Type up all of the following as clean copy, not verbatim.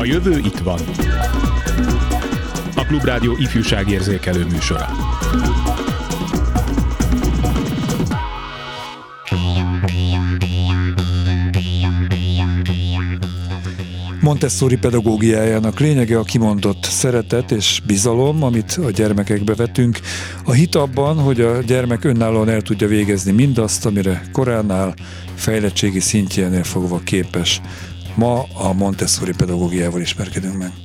A jövő itt van. A Klubrádió ifjúságérzékelő műsora. Montessori pedagógiájának lényege a kimondott szeretet és bizalom, amit a gyermekekbe vetünk. A hit abban, hogy a gyermek önállóan el tudja végezni mindazt, amire koránál, fejlettségi szintjénél fogva képes. Ma a Montessori pedagógiával ismerkedünk meg.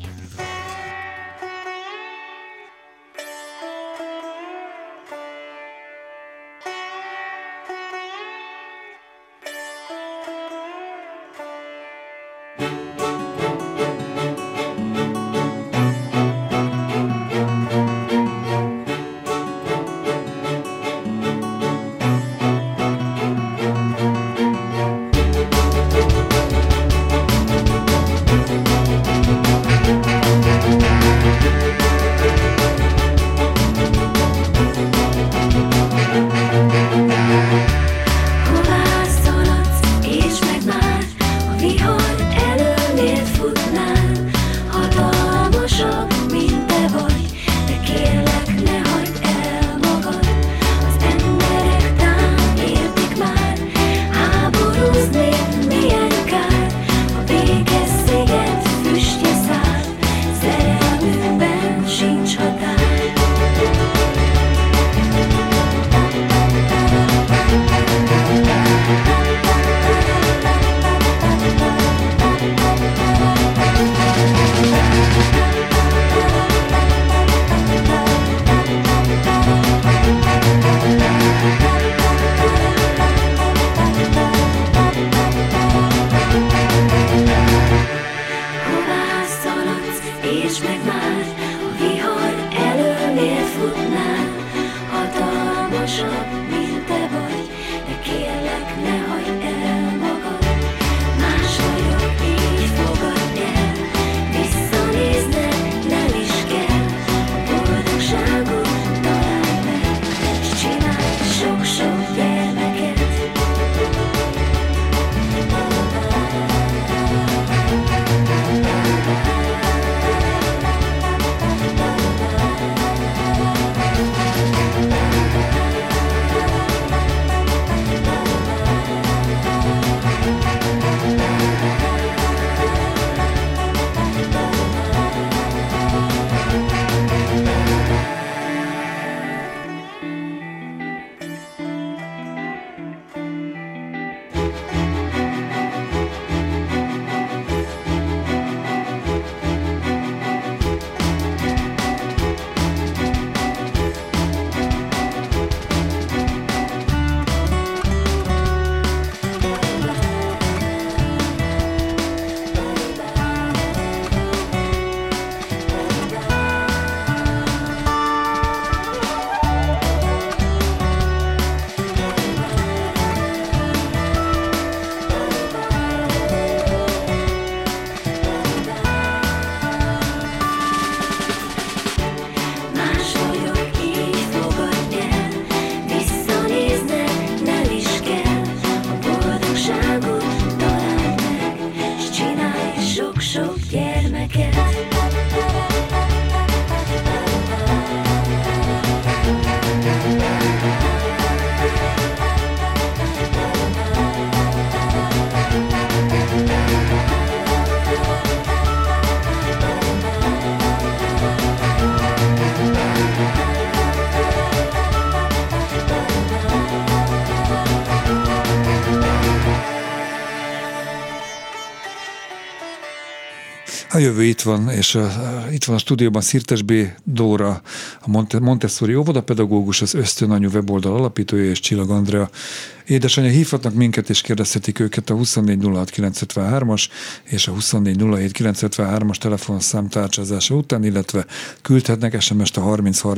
A jövő itt van, és itt van a stúdióban Szirtes B. Dóra, a Montessori óvodapedagógus, az Ösztönanyu weboldal alapítója, és Csillag Andrea édesanyja. Hívhatnak minket, és kérdezhetik őket a 2406953-as és a 2407953-as telefonszám tárcsázása után, illetve küldhetnek SMS-t a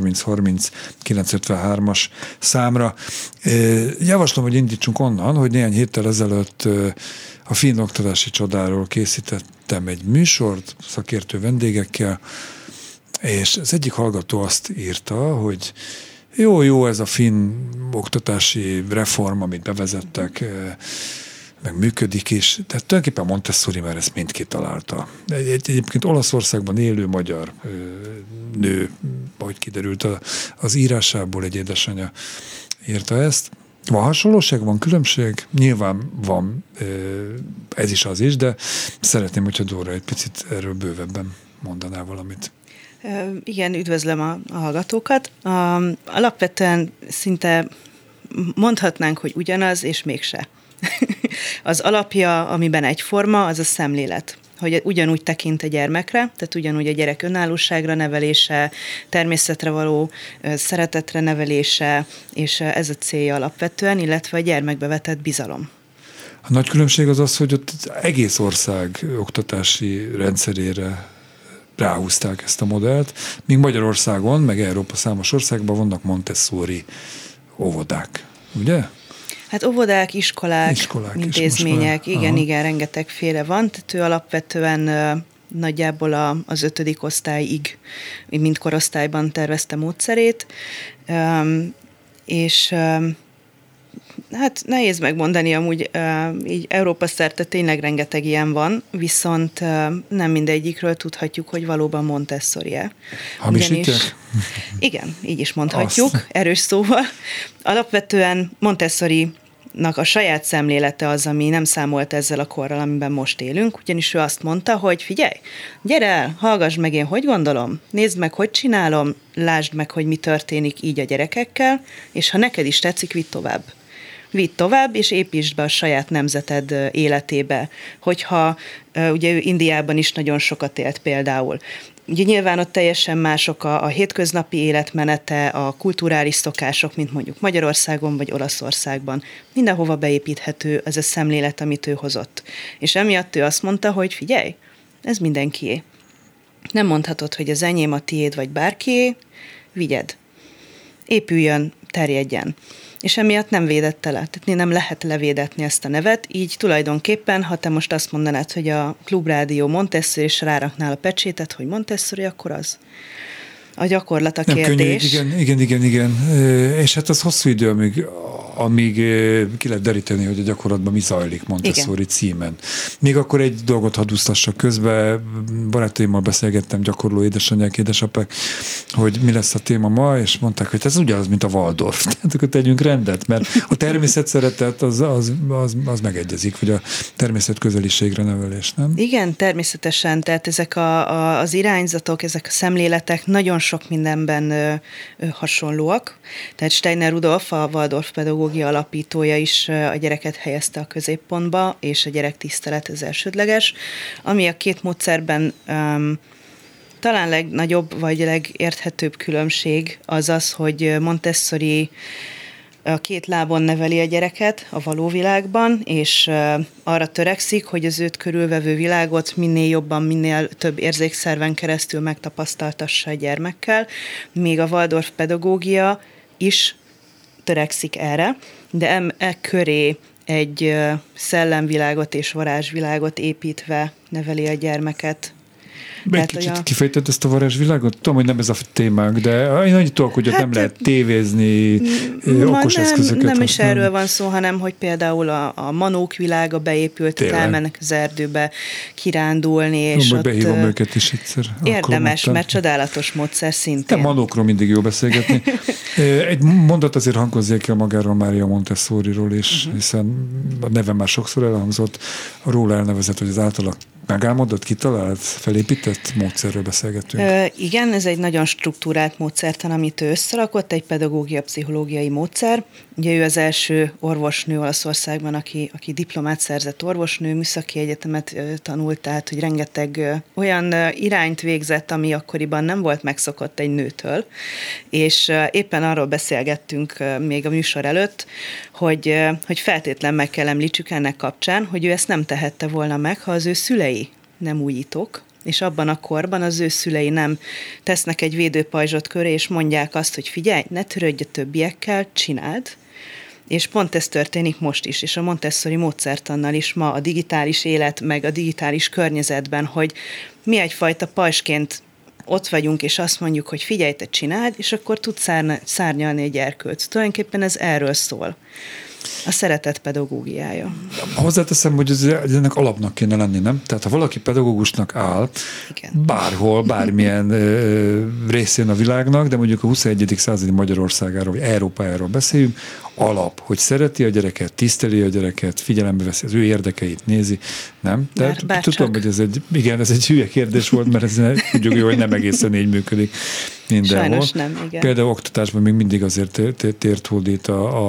30303953-as számra. Javaslom, hogy indítsunk onnan, hogy néhány héttel ezelőtt a finn oktatási csodáról készítettem egy műsort szakértő vendégekkel, és az egyik hallgató azt írta, hogy jó ez a finn oktatási reform, amit bevezettek, meg működik is, de tulajdonképpen Montessori már ezt mind kitalálta. Egyébként Olaszországban élő magyar nő, ahogy kiderült az írásából, egy édesanyja írta ezt. Van hasonlóság, van különbség? Nyilván van, ez is az is, de szeretném, hogyha Dóra egy picit erről bővebben mondaná valamit. Igen, üdvözlöm a hallgatókat. Alapvetően szinte mondhatnánk, hogy ugyanaz, és mégse. Az alapja, amiben egyforma, az a szemlélet. Hogy ugyanúgy tekint a gyermekre, tehát ugyanúgy a gyerek önállóságra nevelése, természetre való szeretetre nevelése, és ez a célja alapvetően, illetve a gyermekbe vetett bizalom. A nagy különbség az, hogy ott egész ország oktatási rendszerére ráhúzták ezt a modellt, míg Magyarországon, meg Európa számos országban vannak Montessori óvodák, ugye? Hát óvodák, iskolák intézmények, igen, rengetegféle van, tehát ő alapvetően nagyjából az 5. osztályig, mint korosztályban tervezte módszerét, és hát nehéz megmondani, amúgy így Európa szerte tényleg rengeteg ilyen van, viszont nem mindegyikről tudhatjuk, hogy valóban Montessori-e. Hamisítják? Igen, így is mondhatjuk, erős szóval. Alapvetően Montessori a saját szemlélete az, ami nem számolt ezzel a korral, amiben most élünk, ugyanis ő azt mondta, hogy figyelj, gyere el, hallgass meg, én hogy gondolom, nézd meg, hogy csinálom, lásd meg, hogy mi történik így a gyerekekkel, és ha neked is tetszik, vidd tovább. Vidd tovább, és építsd be a saját nemzeted életébe. Hogyha, ugye ő Indiában is nagyon sokat élt például. Ugye nyilván ott teljesen mások a hétköznapi életmenete, a kulturális szokások, mint mondjuk Magyarországon vagy Olaszországban. Mindenhova beépíthető ez a szemlélet, amit ő hozott. És emiatt ő azt mondta, hogy figyelj, ez mindenkié. Nem mondhatod, hogy az enyém, a tiéd vagy bárkié, vigyed. Épüljön, terjedjen. És emiatt nem védette le. Tehát nem lehet levédetni ezt a nevet, így tulajdonképpen, ha te most azt mondanád, hogy a Klubrádió Montessori, és ráraknál a pecsétet, hogy Montessori, akkor az. A gyakorlat a kérdés. Könnyű, igen. És hát az hosszú idő, amíg ki lehet deríteni, hogy a gyakorlatban mi zajlik Montessori címen. Még akkor egy dolgot hadd úsztassak közben, barátaimmal beszélgettem, gyakorló édesanyák, édesapák, hogy mi lesz a téma ma, és mondták, hogy ez ugyanaz, mint a Waldorf. Tehát akkor tegyünk rendet, mert a természet szeretet az megegyezik, vagy a természet közeliségre nevelés, nem? Igen, természetesen, tehát ezek az irányzatok, ezek a szemléletek nagyon sok mindenben hasonlóak. Tehát Steiner Rudolf, a Waldorf pedagógia alapítója is a gyereket helyezte a középpontba, és a gyerektisztelet az elsődleges. Ami a két módszerben talán legnagyobb, vagy legérthetőbb különbség az az, hogy Montessori a két lábon neveli a gyereket a való világban, és arra törekszik, hogy az őt körülvevő világot minél jobban, minél több érzékszerven keresztül megtapasztaltassa a gyermekkel, míg a Waldorf pedagógia is törekszik erre, de köré egy szellemvilágot és varázsvilágot építve neveli a gyermeket. Egy kicsit kifejtett ezt a varázsvilágot? Tudom, hogy nem ez a témánk, de én annyit tudok, hogy ott nem lehet tévézni, okos eszközöket. Nem is erről van szó, hanem hogy például a manók világa beépült, tehát elmennek az erdőbe kirándulni, és ott behívom őket is egyszer. Érdemes, mert csodálatos módszer szintén. De manókról mindig jó beszélgetni. Egy mondat azért hangozzék el magáról Mária Montessoriról is, hiszen a neve már sokszor elhangzott, róla elnevezett, hogy az általak megálmodott, kitalált, felépített módszerről beszélgetünk. Igen, ez egy nagyon struktúrált módszertan, amit ő összerakott, egy pedagógia-pszichológiai módszer. Ugye ő az első orvosnő Olaszországban, aki diplomát szerzett orvosnő, műszaki egyetemet tanult, tehát hogy rengeteg olyan irányt végzett, ami akkoriban nem volt megszokott egy nőtől. És éppen arról beszélgettünk még a műsor előtt, hogy feltétlen meg kell említsük ennek kapcsán, hogy ő ezt nem tehette volna meg, ha az ő szülei nem újítók, és abban a korban az ő szülei nem tesznek egy védőpajzsot köré, és mondják azt, hogy figyelj, ne törődj a többiekkel, csináld. És pont ez történik most is, és a Montessori módszertannal is ma a digitális élet, meg a digitális környezetben, hogy mi egyfajta pajzsként ott vagyunk, és azt mondjuk, hogy figyelj, te csináld, és akkor tud szárnyalni egy erkölc. Tulajdonképpen ez erről szól. A szeretet pedagógiája. Hozzáteszem, hogy ennek alapnak kéne lenni, nem? Tehát ha valaki pedagógusnak áll, igen, bárhol, bármilyen részén a világnak, de mondjuk a 21. századi Magyarországáról, vagy Európájáról beszéljünk, alap, hogy szereti a gyereket, tiszteli a gyereket, figyelembe veszi az ő érdekeit, nézi, nem? Tehát tudom, hogy ez egy hülye kérdés volt, mert ez tudjuk jó, hogy nem egészen így működik mindenhol. Sajnos nem, igen. Például oktatásban még mindig azért tért hódít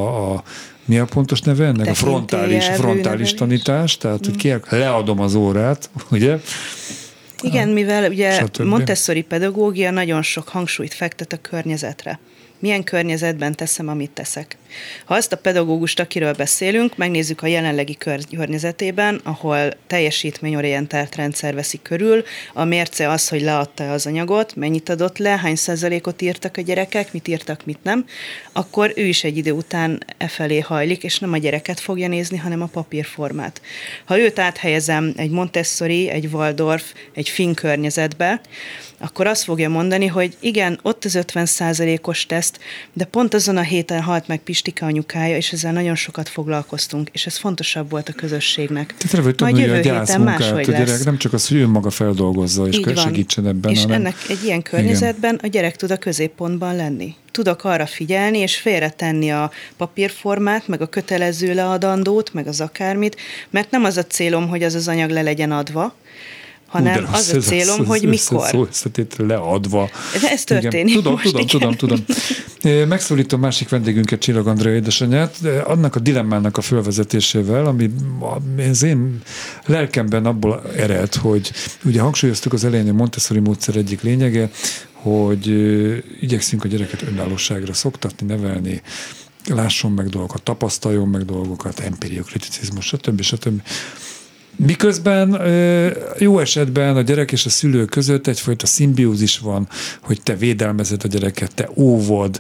mi a pontos neve ennek? A frontális tanítás, tehát hogy leadom az órát, ugye? Igen, mivel ugye Montessori pedagógia nagyon sok hangsúlyt fektet a környezetre. Milyen környezetben teszem, amit teszek. Ha azt a pedagógust, akiről beszélünk, megnézzük a jelenlegi környezetében, ahol teljesítményorientált rendszer veszi körül, a mérce az, hogy leadta az anyagot, mennyit adott le, hány százalékot írtak a gyerekek, mit írtak, mit nem, akkor ő is egy idő után felé hajlik, és nem a gyereket fogja nézni, hanem a papírformát. Ha őt áthelyezem egy Montessori, egy Waldorf, egy finn környezetbe, akkor azt fogja mondani, hogy igen, ott az 50%-os teszt, de pont azon a héten halt meg Pistika anyukája, és ezzel nagyon sokat foglalkoztunk, és ez fontosabb volt a közösségnek. Tehát majd jövő héten máshogy lesz. Gyerek, nem csak az, hogy ő maga feldolgozza, és segítsen ebben. És ennek egy ilyen környezetben a gyerek tud a középpontban lenni. Tudok arra figyelni, és félretenni a papírformát, meg a kötelező leadandót, meg az akármit, mert nem az a célom, hogy az anyag le legyen adva, hanem az a célom, hogy mikor. Szó összetétel leadva. De ez történik. Igen, tudom. Megszólítom másik vendégünket, Csillag Andrea édesanyját, annak a dilemmának a fölvezetésével, ami az én lelkemben abból ered, hogy ugye hangsúlyoztuk az elején, a Montessori módszer egyik lényege, hogy igyekszünk a gyereket önállóságra szoktatni, nevelni, lásson meg dolgokat, tapasztaljon meg dolgokat, empiriokriticizmus, stb. Miközben jó esetben a gyerek és a szülő között egyfajta szimbiózis van, hogy te védelmezed a gyereket, te óvod,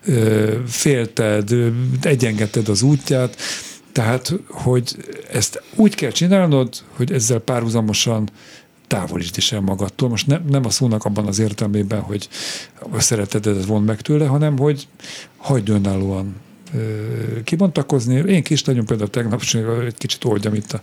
félted, egyengedted az útját, tehát, hogy ezt úgy kell csinálnod, hogy ezzel párhuzamosan távolítsd is el magadtól. Most nem a szónak abban az értelmében, hogy a szeretetedet vond meg tőle, hanem hogy hagyd önállóan kibontakozni. Én kislányom például tegnap egy kicsit oldjam itt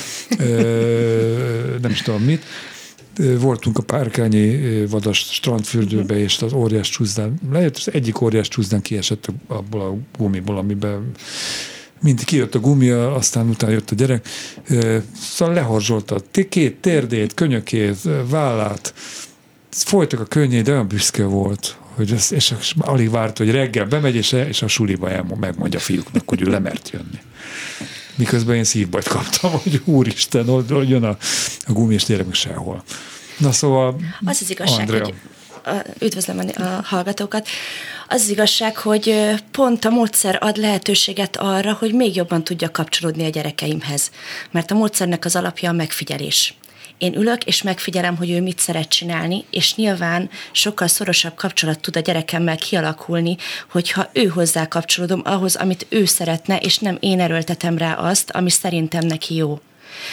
nem is tudom mit. Voltunk a Párkányi vadas strandfürdőbe, és az óriás csúszdán lejött, az egyik óriás csúszdán kiesett abból a gumiból, amiben mindig kijött a gumia, aztán utána jött a gyerek. Szóval lehorzsolta két térdét, könyökét, vállát. Folytak a könnyei, de olyan büszke volt, hogy és alig várt, hogy reggel bemegy, és a suliba megmondja a fiúknak, hogy ő lemert jönni. Miközben én szívbajt kaptam, hogy úristen, jön a gumi, és tényleg sehol. Na szóval, az igazság, Andrea. Hogy üdvözlöm a hallgatókat. Az igazság, hogy pont a módszer ad lehetőséget arra, hogy még jobban tudja kapcsolódni a gyerekeimhez. Mert a módszernek az alapja a megfigyelés. Én ülök, és megfigyelem, hogy ő mit szeret csinálni, és nyilván sokkal szorosabb kapcsolat tud a gyerekemmel kialakulni, hogyha ő hozzá kapcsolódom ahhoz, amit ő szeretne, és nem én erőltetem rá azt, ami szerintem neki jó.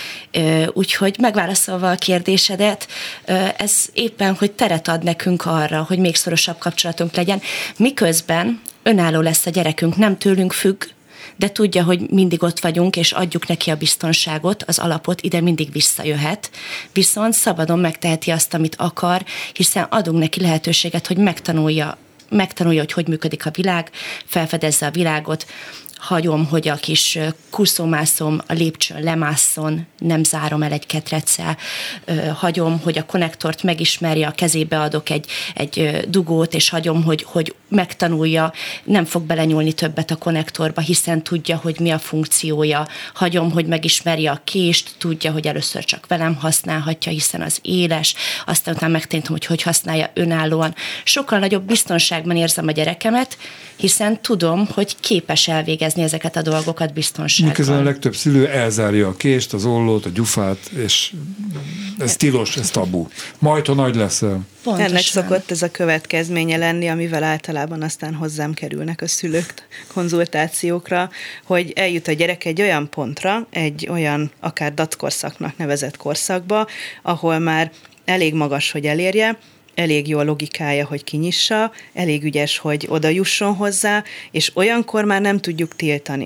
Úgyhogy megválaszolva a kérdésedet, ez éppen, hogy teret ad nekünk arra, hogy még szorosabb kapcsolatunk legyen, miközben önálló lesz a gyerekünk, nem tőlünk függ, de tudja, hogy mindig ott vagyunk, és adjuk neki a biztonságot, az alapot, ide mindig visszajöhet, viszont szabadon megteheti azt, amit akar, hiszen adunk neki lehetőséget, hogy megtanulja, hogy működik a világ, felfedezze a világot, hagyom, hogy a kis kuszómászom a lépcsőn lemásszon, nem zárom el egy ketreccel, hagyom, hogy a konnektort megismerje, a kezébe adok egy dugót, és hagyom, hogy megtanulja, nem fog belenyúlni többet a konnektorba, hiszen tudja, hogy mi a funkciója, hagyom, hogy megismerje a kést, tudja, hogy először csak velem használhatja, hiszen az éles, aztán utána megtanítom, hogy használja önállóan. Sokkal nagyobb biztonságban érzem a gyerekemet, hiszen tudom, hogy képes elvégezni ezeket a dolgokat biztonságban. Miközben a legtöbb szülő elzárja a kést, az ollót, a gyufát, és ez tilos, ez tabu. Majd, ha nagy leszel. Pontosan. Ennek szokott ez a következménye lenni, amivel általában aztán hozzám kerülnek a szülők konzultációkra, hogy eljut a gyerek egy olyan pontra, egy olyan akár dackorszaknak nevezett korszakba, ahol már elég magas, hogy elérje, elég jó a logikája, hogy kinyissa, elég ügyes, hogy oda jusson hozzá, és olyankor már nem tudjuk tiltani.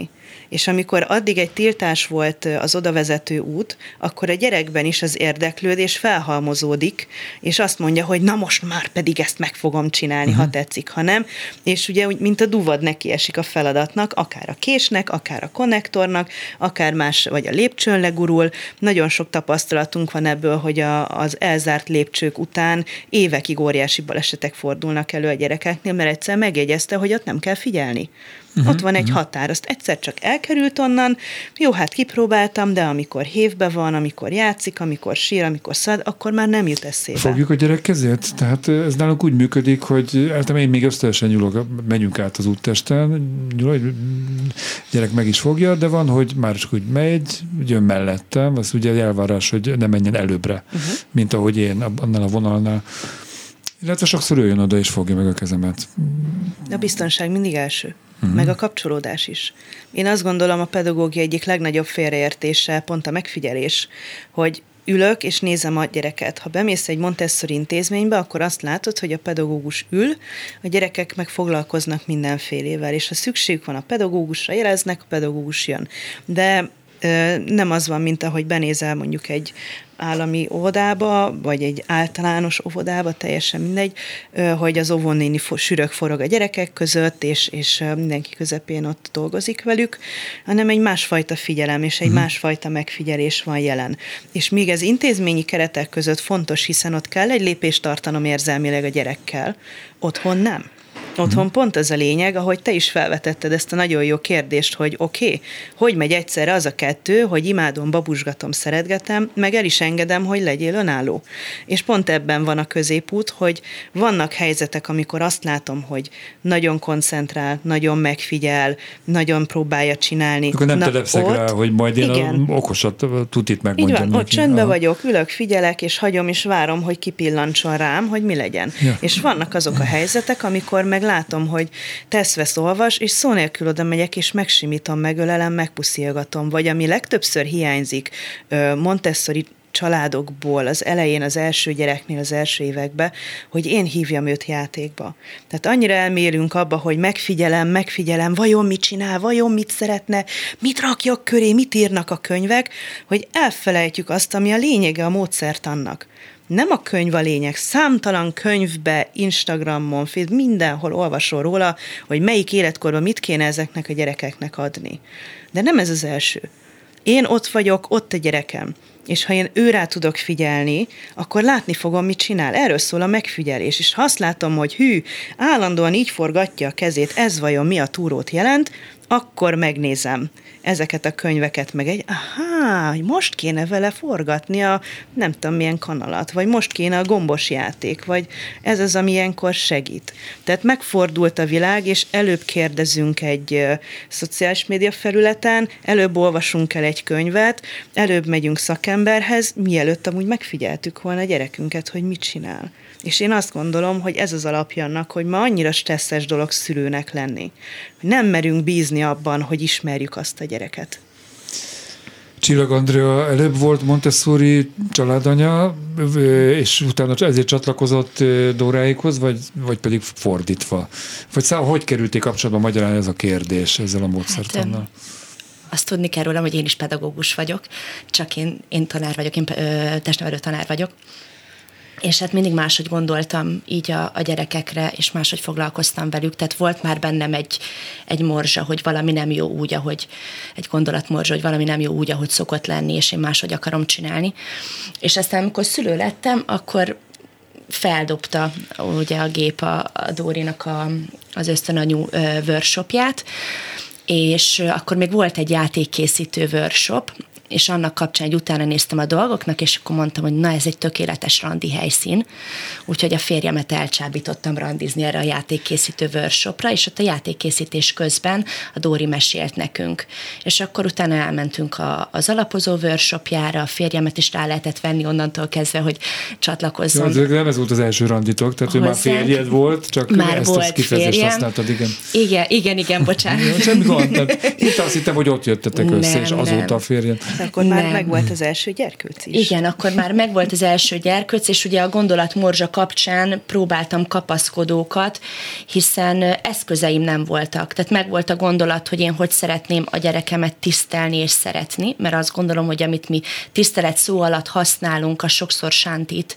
És amikor addig egy tiltás volt az odavezető út, akkor a gyerekben is az érdeklődés felhalmozódik, és azt mondja, hogy na most már pedig ezt meg fogom csinálni, ha tetszik, ha nem. És ugye, mint a duvad neki esik a feladatnak, akár a késnek, akár a konnektornak, akár más, vagy a lépcsőn legurul. Nagyon sok tapasztalatunk van ebből, hogy az elzárt lépcsők után évekig óriási balesetek fordulnak elő a gyerekeknél, mert egyszer megjegyezte, hogy ott nem kell figyelni. Ott van egy határ, azt egyszer csak elkerült onnan, jó, hát kipróbáltam, de amikor hévbe van, amikor játszik, amikor sír, amikor szad, akkor már nem jut eszébe. Fogjuk a gyerek kezét? Tehát ez nálunk úgy működik, hogy én még ösztönösen nyúlok, menjünk át az úttesten, gyerek meg is fogja, de van, hogy már csak úgy megy, jön mellettem, az ugye elvárás, hogy ne menjen előbbre, mint ahogy én annál a vonalnál. Illetve sokszor ő jön oda és fogja meg a kezemet. A biztonság mindig első. Meg a kapcsolódás is. Én azt gondolom, a pedagógia egyik legnagyobb félreértése pont a megfigyelés, hogy ülök és nézem a gyereket. Ha bemész egy Montessori intézménybe, akkor azt látod, hogy a pedagógus ül, a gyerekek meg foglalkoznak mindenfélével, és ha szükségük van a pedagógusra, jeleznek, a pedagógus jön. De nem az van, mint ahogy benézel mondjuk egy állami óvodába, vagy egy általános óvodába, teljesen mindegy, hogy az óvónéni sürög forog a gyerekek között, és mindenki közepén ott dolgozik velük, hanem egy másfajta figyelem, és egy másfajta megfigyelés van jelen. És míg ez intézményi keretek között fontos, hiszen ott kell egy lépést tartanom érzelmileg a gyerekkel, otthon nem. Otthon pont az a lényeg, ahogy te is felvetetted ezt a nagyon jó kérdést, hogy oké, hogy megy egyszerre az a kettő, hogy imádom, babusgatom, szeretgetem, meg el is engedem, hogy legyél önálló. És pont ebben van a középút, hogy vannak helyzetek, amikor azt látom, hogy nagyon koncentrál, nagyon megfigyel, nagyon próbálja csinálni. Akkor nem telepszek rá, hogy majd én okosat tutit megmondjam. Így van, ott csöndben vagyok, ülök, figyelek, és hagyom, és várom, hogy kipillantson rám, hogy mi legyen. Ja. És vannak azok a helyzetek, amikor meg látom, hogy tesz-vesz olvas, és szó nélkül oda megyek, és megsimítom, megölelem, megpuszilgatom. Vagy ami legtöbbször hiányzik Montessori családokból az elején, az első gyereknél, az első években, hogy én hívjam őt játékba. Tehát annyira elmélünk abba, hogy megfigyelem, vajon mit csinál, vajon mit szeretne, mit rakjak köré, mit írnak a könyvek, hogy elfelejtjük azt, ami a lényege a módszertannak. Nem a könyv a lényeg, számtalan könyvbe, Instagramon, mindenhol olvasol róla, hogy melyik életkorban mit kéne ezeknek a gyerekeknek adni. De nem ez az első. Én ott vagyok, ott a gyerekem. És ha én őrá tudok figyelni, akkor látni fogom, mit csinál. Erről szól a megfigyelés. És ha azt látom, hogy állandóan így forgatja a kezét, ez vajon mi a túrót jelent, akkor megnézem ezeket a könyveket, meg hogy most kéne vele forgatni a nem tudom milyen kanalat, vagy most kéne a gombos játék, vagy ez az, ami ilyenkor segít. Tehát megfordult a világ, és előbb kérdezünk egy szociális média felületen, előbb olvasunk el egy könyvet, előbb megyünk szakemberhez, mielőtt amúgy megfigyeltük volna a gyerekünket, hogy mit csinál. És én azt gondolom, hogy ez az alapja annak, hogy ma annyira stresszes dolog szülőnek lenni. Nem merünk bízni abban, hogy ismerjük azt a gyereket. Csillag Andrea előbb volt Montessori családanya, és utána ezért csatlakozott Dóráékhoz, vagy pedig fordítva? Vagy hogy kerülték kapcsolatba magyarán ez a kérdés ezzel a módszertannal? Azt tudni kell rólam, hogy én is pedagógus vagyok, csak én tanár vagyok, én testnevelő tanár vagyok. És hát mindig máshogy gondoltam így a gyerekekre, és máshogy foglalkoztam velük, tehát volt már bennem egy morzsa, hogy valami nem jó úgy, ahogy egy gondolatmorzsa, hogy valami nem jó úgy, ahogy szokott lenni, és én máshogy akarom csinálni. És aztán, amikor szülő lettem, akkor feldobta ugye a gép a Dórinak az ösztönanyu workshopját, és akkor még volt egy játékkészítő workshop, és annak kapcsán egy utána néztem a dolgoknak, és akkor mondtam, hogy na, ez egy tökéletes randi helyszín, úgyhogy a férjemet elcsábítottam randizni erre a játékkészítő workshopra, és ott a játékkészítés közben a Dóri mesélt nekünk. És akkor utána elmentünk az alapozó workshopjára, a férjemet is rá lehetett venni onnantól kezdve, hogy csatlakozzon. Ja, nem ez volt az első randitok, tehát ő már férjed volt, csak már ezt volt a kifejezést használtad, igen. Igen, bocsánat. Semmi gond, itt azt hittem, hogy ott jöttetek össze, és azóta a férjed. Akkor már megvolt az első gyerkőc is. Igen, akkor már megvolt az első gyerkőc, és ugye a gondolatmorzsa kapcsán próbáltam kapaszkodókat, hiszen eszközeim nem voltak. Tehát megvolt a gondolat, hogy én hogy szeretném a gyerekemet tisztelni és szeretni, mert azt gondolom, hogy amit mi tisztelet szó alatt használunk, az sokszor sántít.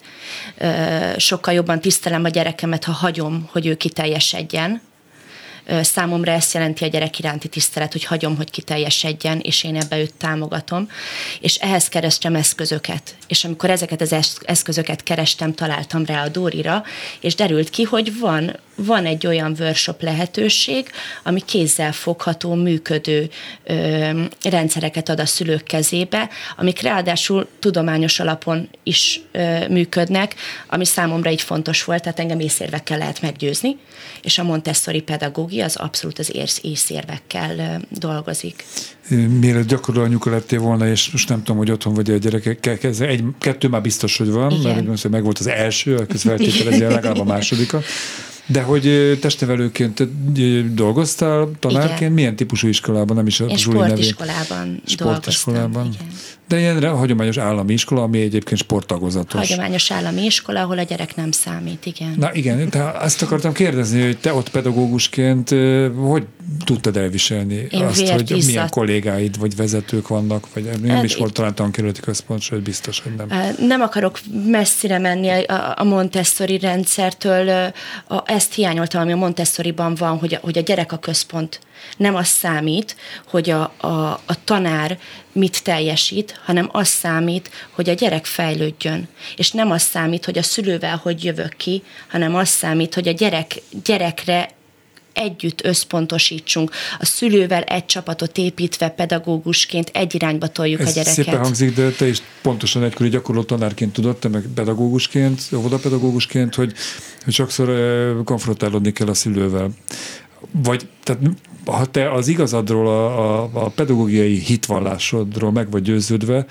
Sokkal jobban tisztelem a gyerekemet, ha hagyom, hogy ő kiteljesedjen. Számomra ezt jelenti a gyerek iránti tisztelet, hogy hagyom, hogy kiteljesedjen, és én ebbe őt támogatom. És ehhez kerestem eszközöket. És amikor ezeket az eszközöket kerestem, találtam rá a Dórira, és derült ki, hogy van egy olyan workshop lehetőség, ami kézzel fogható, működő rendszereket ad a szülők kezébe, amik ráadásul tudományos alapon is működnek, ami számomra így fontos volt, tehát engem észérvekkel lehet meggyőzni, és a Montessori pedagógia az abszolút az észérvekkel dolgozik. Mielőtt gyakorló anyuka lettél volna, és most nem tudom, hogy otthon vagy a gyerekekkel, kettő már biztos, hogy van, igen. Mert meg volt az első, aki feltételezi legalább a másodika. De hogy testnevelőként dolgoztál, tanárként, igen. Milyen típusú iskolában? Nem is a sportiskolában dolgoztam. De ilyen hagyományos állami iskola, ami egyébként sporttagozatos. Hagyományos állami iskola, ahol a gyerek nem számít, igen. Na igen, tehát azt akartam kérdezni, hogy te ott pedagógusként hogy tudtad elviselni azt, hogy milyen kollégáid vagy vezetők vannak, vagy nem is volt talán tankerületi központ, sőt biztos, hogy nem. Nem akarok messzire menni a Montessori rendszertől, ezt hiányoltam, ami a Montessoriban van, hogy a gyerek a központ. Nem az számít, hogy a tanár mit teljesít, hanem az számít, hogy a gyerek fejlődjön. És nem az számít, hogy a szülővel hogy jövök ki, hanem az számít, hogy a gyerekre együtt összpontosítsunk. A szülővel egy csapatot építve pedagógusként egy irányba toljuk a gyereket. Ez szépen hangzik, de te is pontosan egykori gyakorló tanárként tudod, te meg pedagógusként, óvodapedagógusként, hogy sokszor konfrontálódni kell a szülővel. Vagy, tehát ha te az igazadról, a pedagógiai hitvallásodról meg vagy győződve,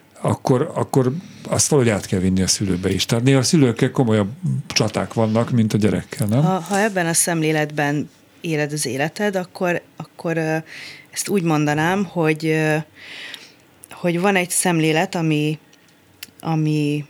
akkor azt valahogy át kell vinni a szülőbe is. Tehát néha a szülőkkel komolyabb csaták vannak, mint a gyerekkel, nem? Ha ebben a szemléletben éled az életed, akkor ezt úgy mondanám, hogy van egy szemlélet, ami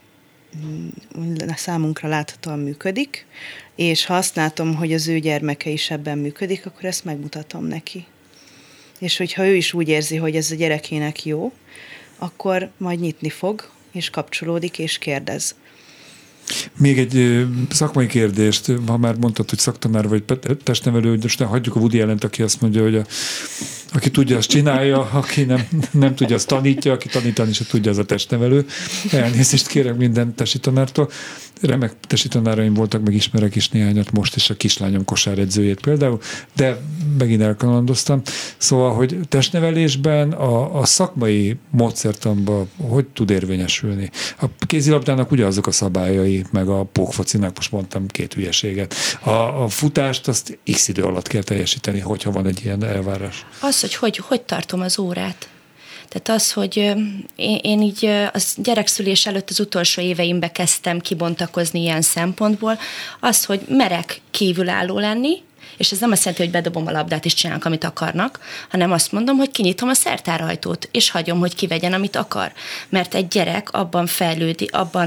számunkra láthatóan működik, és ha azt látom, hogy az ő gyermeke is ebben működik, akkor ezt megmutatom neki. És hogyha ő is úgy érzi, hogy ez a gyerekének jó, akkor majd nyitni fog, és kapcsolódik, és kérdez. Még egy szakmai kérdést, ha már mondtad, hogy szaktanár vagy testnevelő, hogy most hagyjuk a Woody Allent, aki azt mondja, hogy aki tudja, azt csinálja, aki nem tudja, azt tanítja, aki tanítani se tudja, az a testnevelő. Elnézést kérek minden testi tanártól. Remek testi tanáraim voltak, meg ismerek is néhányat most, és a kislányom kosáredzőjét például, de megint elkalandoztam. Szóval, hogy testnevelésben a szakmai módszertanban hogy tud érvényesülni? A kézilabdának ugye azok a szabályai, meg a pókfocinak, most mondtam két hülyeséget. A futást azt x idő alatt kell teljesíteni, hogyha van egy ilyen elvárás. Az, hogy tartom az órát. Tehát az, hogy én így az gyerekszülés előtt az utolsó éveimbe kezdtem kibontakozni ilyen szempontból, az, hogy merek kívülálló lenni, és ez nem azt jelenti, hogy bedobom a labdát és csinálok, amit akarnak, hanem azt mondom, hogy kinyitom a szertárajtót, és hagyom, hogy kivegyen, amit akar. Mert egy gyerek abban fejlődi,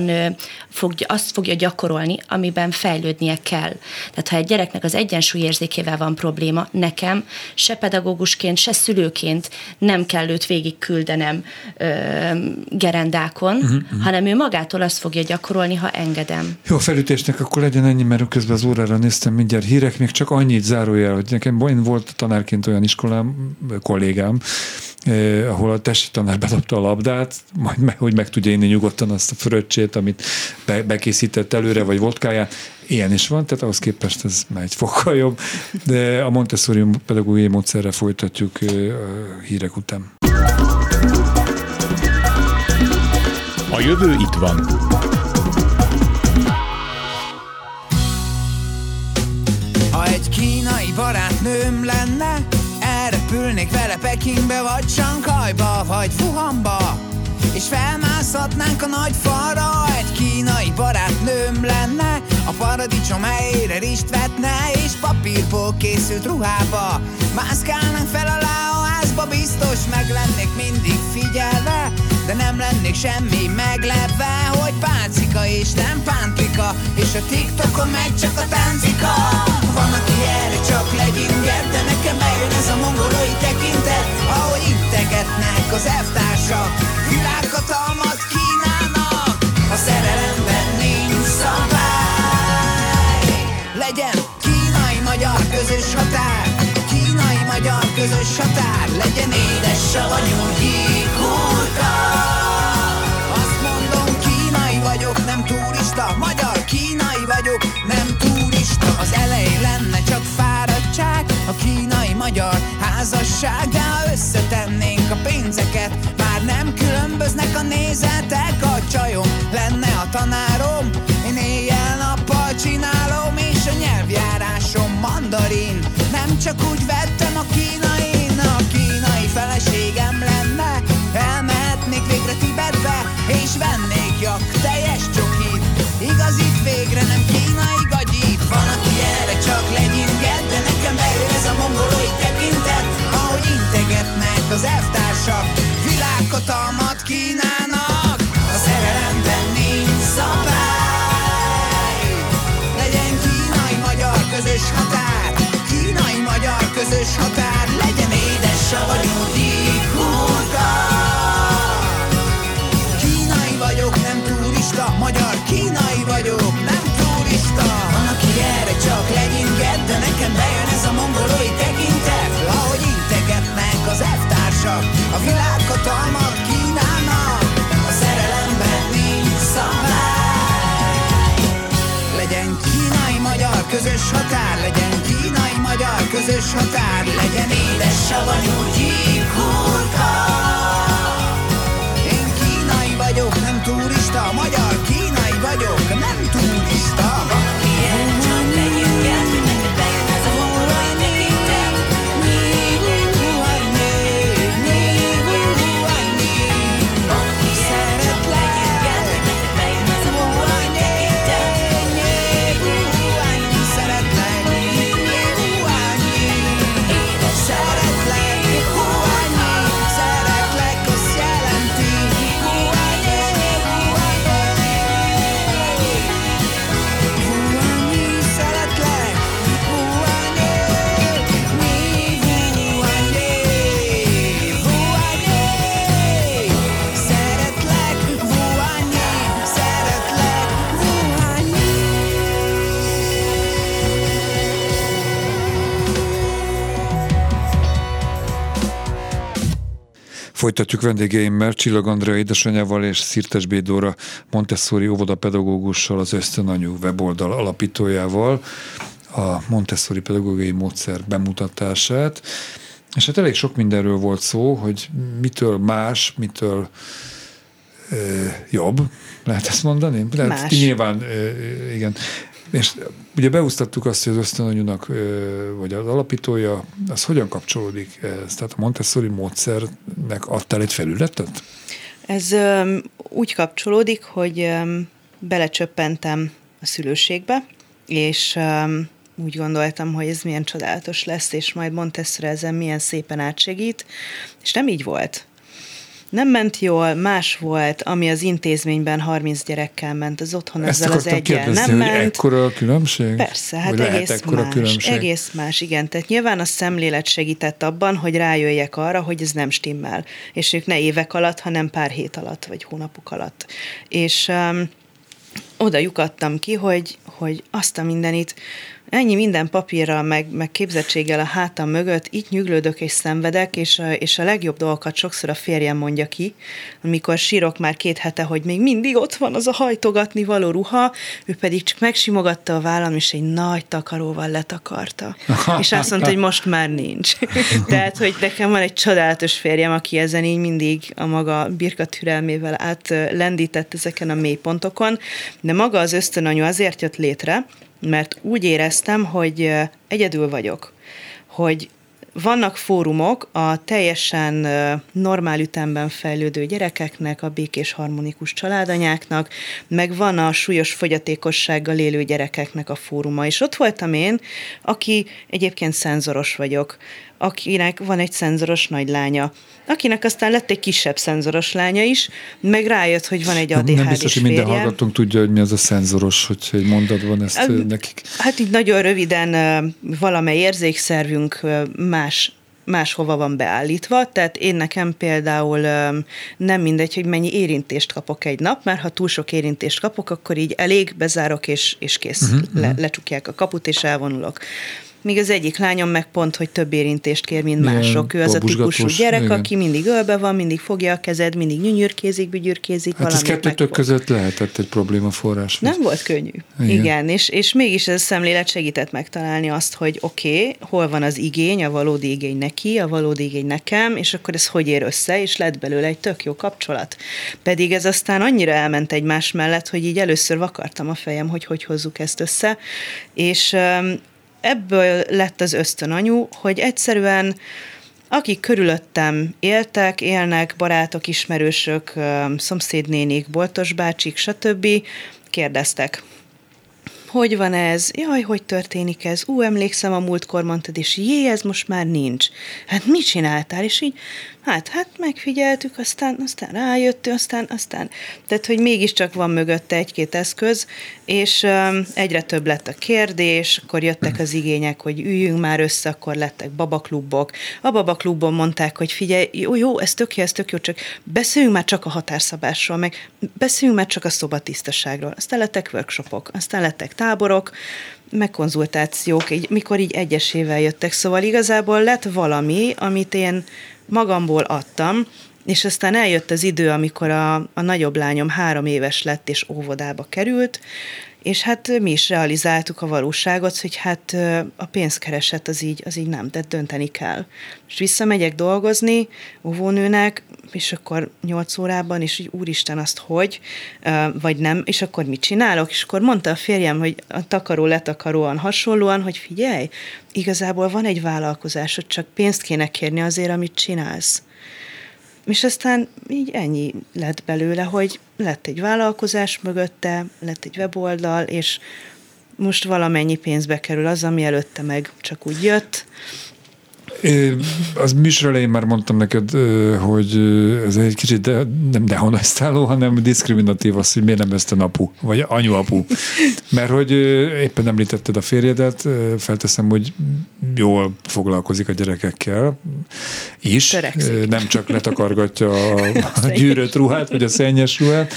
azt fogja gyakorolni, amiben fejlődnie kell. Tehát ha egy gyereknek az egyensúlyérzékével van probléma, nekem se pedagógusként, se szülőként nem kell őt végig küldenem gerendákon, hanem ő magától azt fogja gyakorolni, ha engedem. Jó, a felütésnek akkor legyen ennyi, mert közben az órára néztem mindjárt hírek, még csak annyit zárójel, hogy nekem volt tanárként olyan iskolám, kollégám, ahol a testi tanár bedobta a labdát, majd hogy meg tudja inni nyugodtan azt a fröccsét, amit bekészített előre, vagy vodkáját. Ilyen is van, tehát ahhoz képest ez már egy fokkal jobb, de a Montessori pedagógiai módszerre folytatjuk hírek után. A jövő itt van. Ha egy kínai barátnőm lenne, elrepülnék vele Pekingbe, vagy Sanghajba, vagy Wuhanba, és felmászhatnánk a nagy falra. Egy kínai barátnőm lenne, a paradicsom helyére rist vetne, és papírból készült ruhába mászkálnánk fel alá a házba. Biztos meg lennék mindig figyelve, de nem lennék semmi meglepve, hogy páncika és nem pántlika, és a TikTokon meg csak a táncika. Van, aki erre csak legyinget, de nekem bejön ez a mongolói tekintet, ahogy integetnek az elvtársak, világhatalmat kínálnak. A szerelemben nincs szabály, legyen kínai-magyar közös határ, kínai-magyar közös határ, legyen édes savanyú gyíkhurka. Azt mondom, kínai vagyok, nem turista, magyar kínai vagyok, nem turista. Az elején lenne csak fáradtság, a kínai-magyar házassággá összetennénk a pénzeket, már nem különböznek a nézetek. A csajom lenne a tanárom, én éjjel-nappal csinálom, és a nyelvjárásom mandarin. Nem csak úgy vettem a kínain, a kínai feleségem lenne, elmehetnék végre Tibetbe, és vennék jak teljes csokit, igazit végre, nem kínai gagyit. Van, aki erre csak legyinget, de nekem bejön ez a mongolói tekintet, ahogy integetnek az elvtársak, világhatalmat kínálnak. A szerelemben nincs szabály, legyen kínai-magyar közös határ, kínai-magyar közös határ, legyen édes savanyú gyíkhurka. Kínai vagyok, nem turista, magyar kínai vagyok, nem turista. Van, aki erre csak legyinget, de nekem bejön ez a mongolói tekintet, ahogy integetnek az elvtársak, a világhatalmat kínálnak. A szerelemben nincs szabály, legyen kínai-magyar közös határ, legyen kínai-magyar közös határ, legyen édes savanyú gyíkhurka. Én kínai vagyok, nem turista, magyar kínai vagyok, nem turista. Van, aki erre csak legyinget, hogy neked bejön ez a mongolói tekintet. Van, aki erre csak legyinget, hogy neked bejön ez a mongolói tekintet. Szeretlek, szeretlek, azt jelenti, szeretlek, Folytatjuk vendégeimmel, Csillag Andrea édesanyjával és Szirtes B. Dóra Montessori óvodapedagógussal, az Ösztönanyu weboldal alapítójával a Montessori pedagógiai módszer bemutatását. És hát elég sok mindenről volt szó, hogy mitől más, mitől jobb, lehet ezt mondani? Más. Nyilván, igen. És ugye beosztattuk azt, hogy az Ösztönanyunak, vagy az alapítója, az hogyan kapcsolódik ez? Tehát a Montessori módszernek adtál egy felületet? Ez úgy kapcsolódik, hogy belecsöppentem a szülőségbe, és úgy gondoltam, hogy ez milyen csodálatos lesz, és majd Montessori ezen milyen szépen átsegít, és nem így volt. Nem ment jól, más volt, ami az intézményben 30 gyerekkel ment, az otthon ezzel az egyen nem ment. Ekkora a különbség? Persze, hát egész más, igen. Tehát nyilván a szemlélet segített abban, hogy rájöjjek arra, hogy ez nem stimmel, és ők ne évek alatt, hanem pár hét alatt, vagy hónapok alatt. És oda lyukadtam ki, hogy azt a mindenit, ennyi minden papírral, meg képzettséggel a hátam mögött, itt nyüglődök és szenvedek, és a legjobb dolgokat sokszor a férjem mondja ki, amikor sírok már 2 hete, hogy még mindig ott van az a hajtogatni való ruha, ő pedig csak megsimogatta a vállam, és egy nagy takaróval letakarta. És azt mondta, hogy most már nincs. Tehát, hogy nekem van egy csodálatos férjem, aki ezen így mindig a maga birkatürelmével átlendített ezeken a mélypontokon, de maga az Ösztönanyu azért jött létre, mert úgy éreztem, hogy egyedül vagyok, hogy vannak fórumok a teljesen normál ütemben fejlődő gyerekeknek, a békés harmonikus családanyáknak, meg van a súlyos fogyatékossággal élő gyerekeknek a fóruma. És ott voltam én, aki egyébként szenzoros vagyok. akinek van egy szenzoros nagylánya, akinek aztán lett egy kisebb szenzoros lánya is, meg rájött, hogy van egy ADHD-s Nem biztos, hogy minden férje. hallgatónk tudja, hogy mi az a szenzoros, hogyha egy mondatban ezt nekik. Hát így nagyon röviden valamely érzékszervünk máshova van beállítva, tehát én nekem például nem mindegy, hogy mennyi érintést kapok egy nap, mert ha túl sok érintést kapok, akkor így elég, bezárok és kész. Lecsukják a kaput, és elvonulok. Míg az egyik lányom meg pont, hogy több érintést kér, mint mások. Ő az a típusú gyerek, igen, aki mindig ölbe van, mindig fogja a kezed, mindig nyünyürkézik, bügyürkézik. Hát ez kettőtök között lehetett egy problémaforrás. Nem volt könnyű. Igen, és mégis ez a szemlélet segített megtalálni azt, hogy oké, hol van az igény, a valódi igény neki, a valódi igény nekem, és akkor ez hogy ér össze, és lett belőle egy tök jó kapcsolat. Pedig ez aztán annyira elment egymás mellett, hogy így először vakartam a fejem, hogy hozzuk ezt össze, és ebből lett az ösztönanyu, hogy egyszerűen akik körülöttem élnek, barátok, ismerősök, szomszédnénik, boltos bácsik, stb. Kérdeztek, hogy van ez? Jaj, hogy történik ez? Emlékszem, a múltkor mondtad, és ez most már nincs. Hát mit csináltál? És így, hát megfigyeltük, aztán rájöttünk, aztán. Tehát, hogy mégiscsak van mögötte egy-két eszköz, és egyre több lett a kérdés, akkor jöttek az igények, hogy üljünk már össze, akkor lettek babaklubok. A babaklubban mondták, hogy figyelj, jó, ez tök jó, csak beszéljünk már csak a határszabásról, meg beszéljünk már csak a szobatisztaságról. Aztán lettek workshopok, aztán lettek táborok, meg konzultációk, mikor így egyesével jöttek. Szóval igazából lett valami, amit én magamból adtam, és aztán eljött az idő, amikor a nagyobb lányom 3 éves lett, és óvodába került, és hát mi is realizáltuk a valóságot, hogy hát a pénzkereset az így nem, de dönteni kell. És visszamegyek dolgozni óvónőnek, és akkor 8 órában, és így úristen azt hogy, vagy nem, és akkor mit csinálok? És akkor mondta a férjem, hogy a takaró-letakaróan hasonlóan, hogy figyelj, igazából van egy vállalkozásod, csak pénzt kéne kérni azért, amit csinálsz. És aztán így ennyi lett belőle, hogy lett egy vállalkozás mögötte, lett egy weboldal, és most valamennyi pénzbe kerül az, ami előtte meg csak úgy jött. Az műsor elején már mondtam neked, hogy ez egy kicsit nem dehonestáló, hanem diszkriminatív az, hogy miért nem ezt a apu, vagy anyu-apu. Mert hogy éppen említetted a férjedet, felteszem, hogy jól foglalkozik a gyerekekkel is. Törekszik. Nem csak letakargatja a gyűrött ruhát, vagy a szennyes ruhát.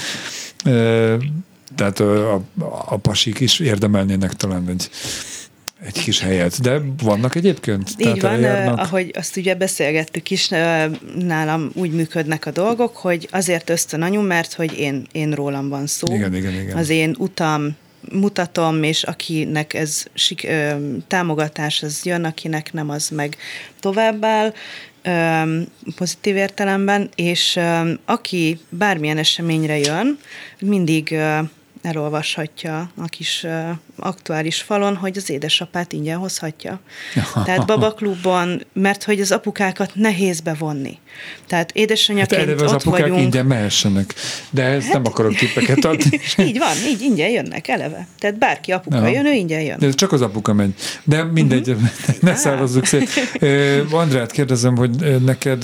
Tehát a pasik is érdemelnének talán egy kis helyet. De vannak egyébként? Így van, ahogy azt ugye beszélgettük is, nálam úgy működnek a dolgok, hogy azért ösztönanyu, mert hogy én rólam van szó. Igen. Az én utam, mutatom, és akinek ez támogatás, az jön, akinek nem, az meg továbbáll, pozitív értelemben, és aki bármilyen eseményre jön, mindig elolvashatja a kis aktuális falon, hogy az édesapát ingyen hozhatja. Tehát babaklubban, mert hogy az apukákat nehéz bevonni. Tehát édesanyjaként hát az ott apukák vagyunk. ingyen mehessenek, de ezt nem akarok tippeket adni. Így van, így ingyen jönnek eleve. Tehát bárki apuka jön, ő ingyen jön. De csak az apuka megy. De mindegy, ne szállazzuk szét. Andrát kérdezem, hogy neked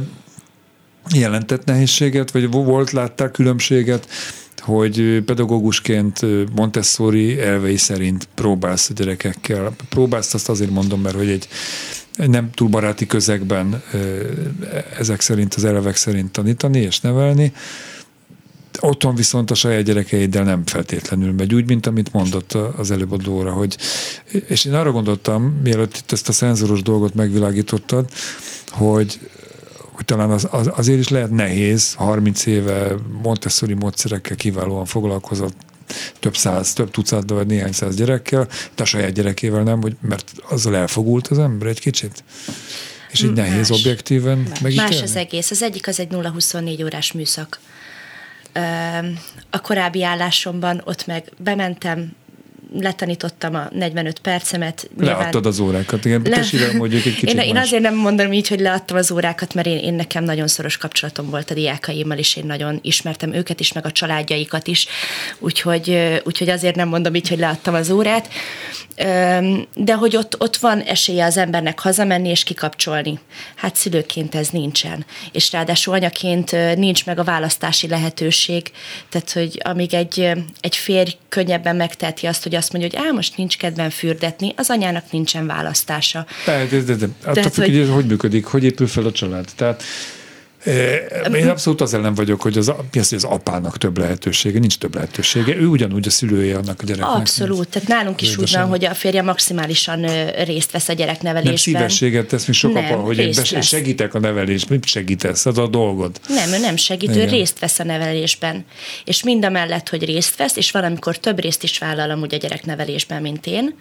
jelentett nehézséget, vagy láttál különbséget, hogy pedagógusként Montessori elvei szerint próbálsz a gyerekekkel. Próbálsz, azt azért mondom, mert hogy egy nem túl baráti közegben ezek szerint, az elvek szerint tanítani és nevelni. Otthon viszont a saját gyerekeiddel nem feltétlenül megy, úgy, mint amit mondott az előbb a Dóra, hogy, és én arra gondoltam, mielőtt itt ezt a szenzoros dolgot megvilágítottad, hogy talán azért is lehet nehéz, 30 éve Montessori módszerekkel kiválóan foglalkozott, több tucat, vagy néhány száz gyerekkel, de a saját gyerekével nem, mert azzal elfogult az ember egy kicsit. És így nehéz objektíven megítélni. Más az egész. Az egyik az egy 0-24 órás műszak. A korábbi állásomban ott meg bementem, letanítottam a 45 percemet. Leadtad az órákat, igen. Tessével mondjuk egy kicsit Én azért nem mondom így, hogy leadtam az órákat, mert én nekem nagyon szoros kapcsolatom volt a diákaimmal, és én nagyon ismertem őket is, meg a családjaikat is, úgyhogy azért nem mondom így, hogy leadtam az órát, de hogy ott van esélye az embernek hazamenni és kikapcsolni. Hát szülőként ez nincsen. És ráadásul anyaként nincs meg a választási lehetőség, tehát hogy amíg egy férj könnyebben megteheti azt, hogy azt mondja, hogy most nincs kedvem fürdetni, az anyának nincsen választása. De. Hogy működik, hogy épül fel a család? Tehát én abszolút az ellen vagyok, hogy az apának több lehetősége, nincs több lehetősége. Ő ugyanúgy a szülője annak a gyereknek. Abszolút, tehát nálunk is úgy van, hogy a férje maximálisan részt vesz a gyereknevelésben. Nem szívességet tesz, mint sok apa, hogy én segítek a nevelésben. Mit segítesz? Az a dolgod. Nem, ő nem segít, ő részt vesz a nevelésben. És mindamellett, hogy részt vesz, és valamikor több részt is vállal amúgy a gyereknevelésben, mint én,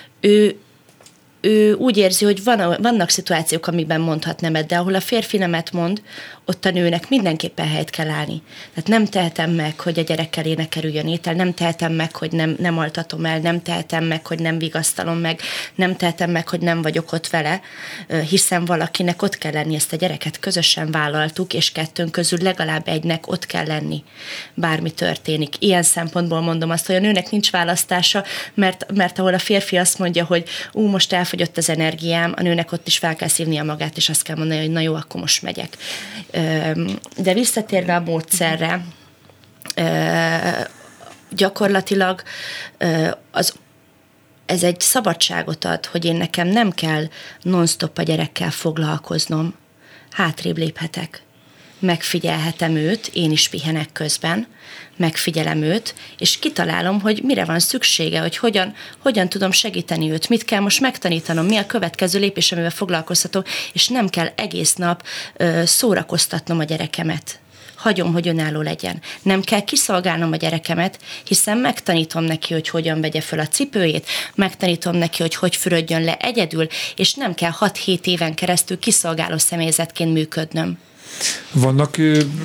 ő úgy érzi, hogy vannak szituációk, amikben mondhat nemet, de ahol a férfi nemet mond, ott a nőnek mindenképpen helyt kell állni. Tehát nem tehetem meg, hogy a gyerek elé ne kerüljön étel, nem tehetem meg, hogy nem altatom el, nem tehetem meg, hogy nem vigasztalom meg, nem tehetem meg, hogy nem vagyok ott vele, hiszen valakinek ott kell lenni, ezt a gyereket közösen vállaltuk, és kettőnk közül legalább egynek ott kell lenni, bármi történik. Ilyen szempontból mondom azt, hogy a nőnek nincs választása, mert ahol a férfi azt mondja, hogy most elfogyott az energiám, a nőnek ott is fel kell szívnia magát, és azt kell mondani, hogy na jó, akkor most megyek. De visszatérve a módszerre, gyakorlatilag ez egy szabadságot ad, hogy én nekem nem kell non-stop a gyerekkel foglalkoznom, hátrébb léphetek. Megfigyelhetem őt, én is pihenek közben, megfigyelem őt, és kitalálom, hogy mire van szüksége, hogy hogyan tudom segíteni őt, mit kell most megtanítanom, mi a következő lépés, amivel foglalkozhatok, és nem kell egész nap szórakoztatnom a gyerekemet. Hagyom, hogy önálló legyen. Nem kell kiszolgálnom a gyerekemet, hiszen megtanítom neki, hogy hogyan vegye föl a cipőjét, megtanítom neki, hogy fürödjön le egyedül, és nem kell 6-7 éven keresztül kiszolgáló személyzetként működnöm. Vannak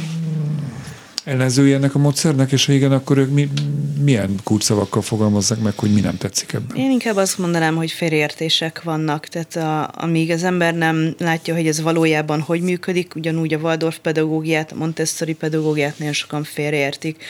ellenzői ennek a módszernek, és ha igen, akkor ők milyen kulcsszavakkal fogalmazzák meg, hogy mi nem tetszik ebben? Én inkább azt mondanám, hogy félreértések vannak, tehát amíg az ember nem látja, hogy ez valójában hogy működik, ugyanúgy a Waldorf pedagógiát, a Montessori pedagógiát nagyon sokan félreértik.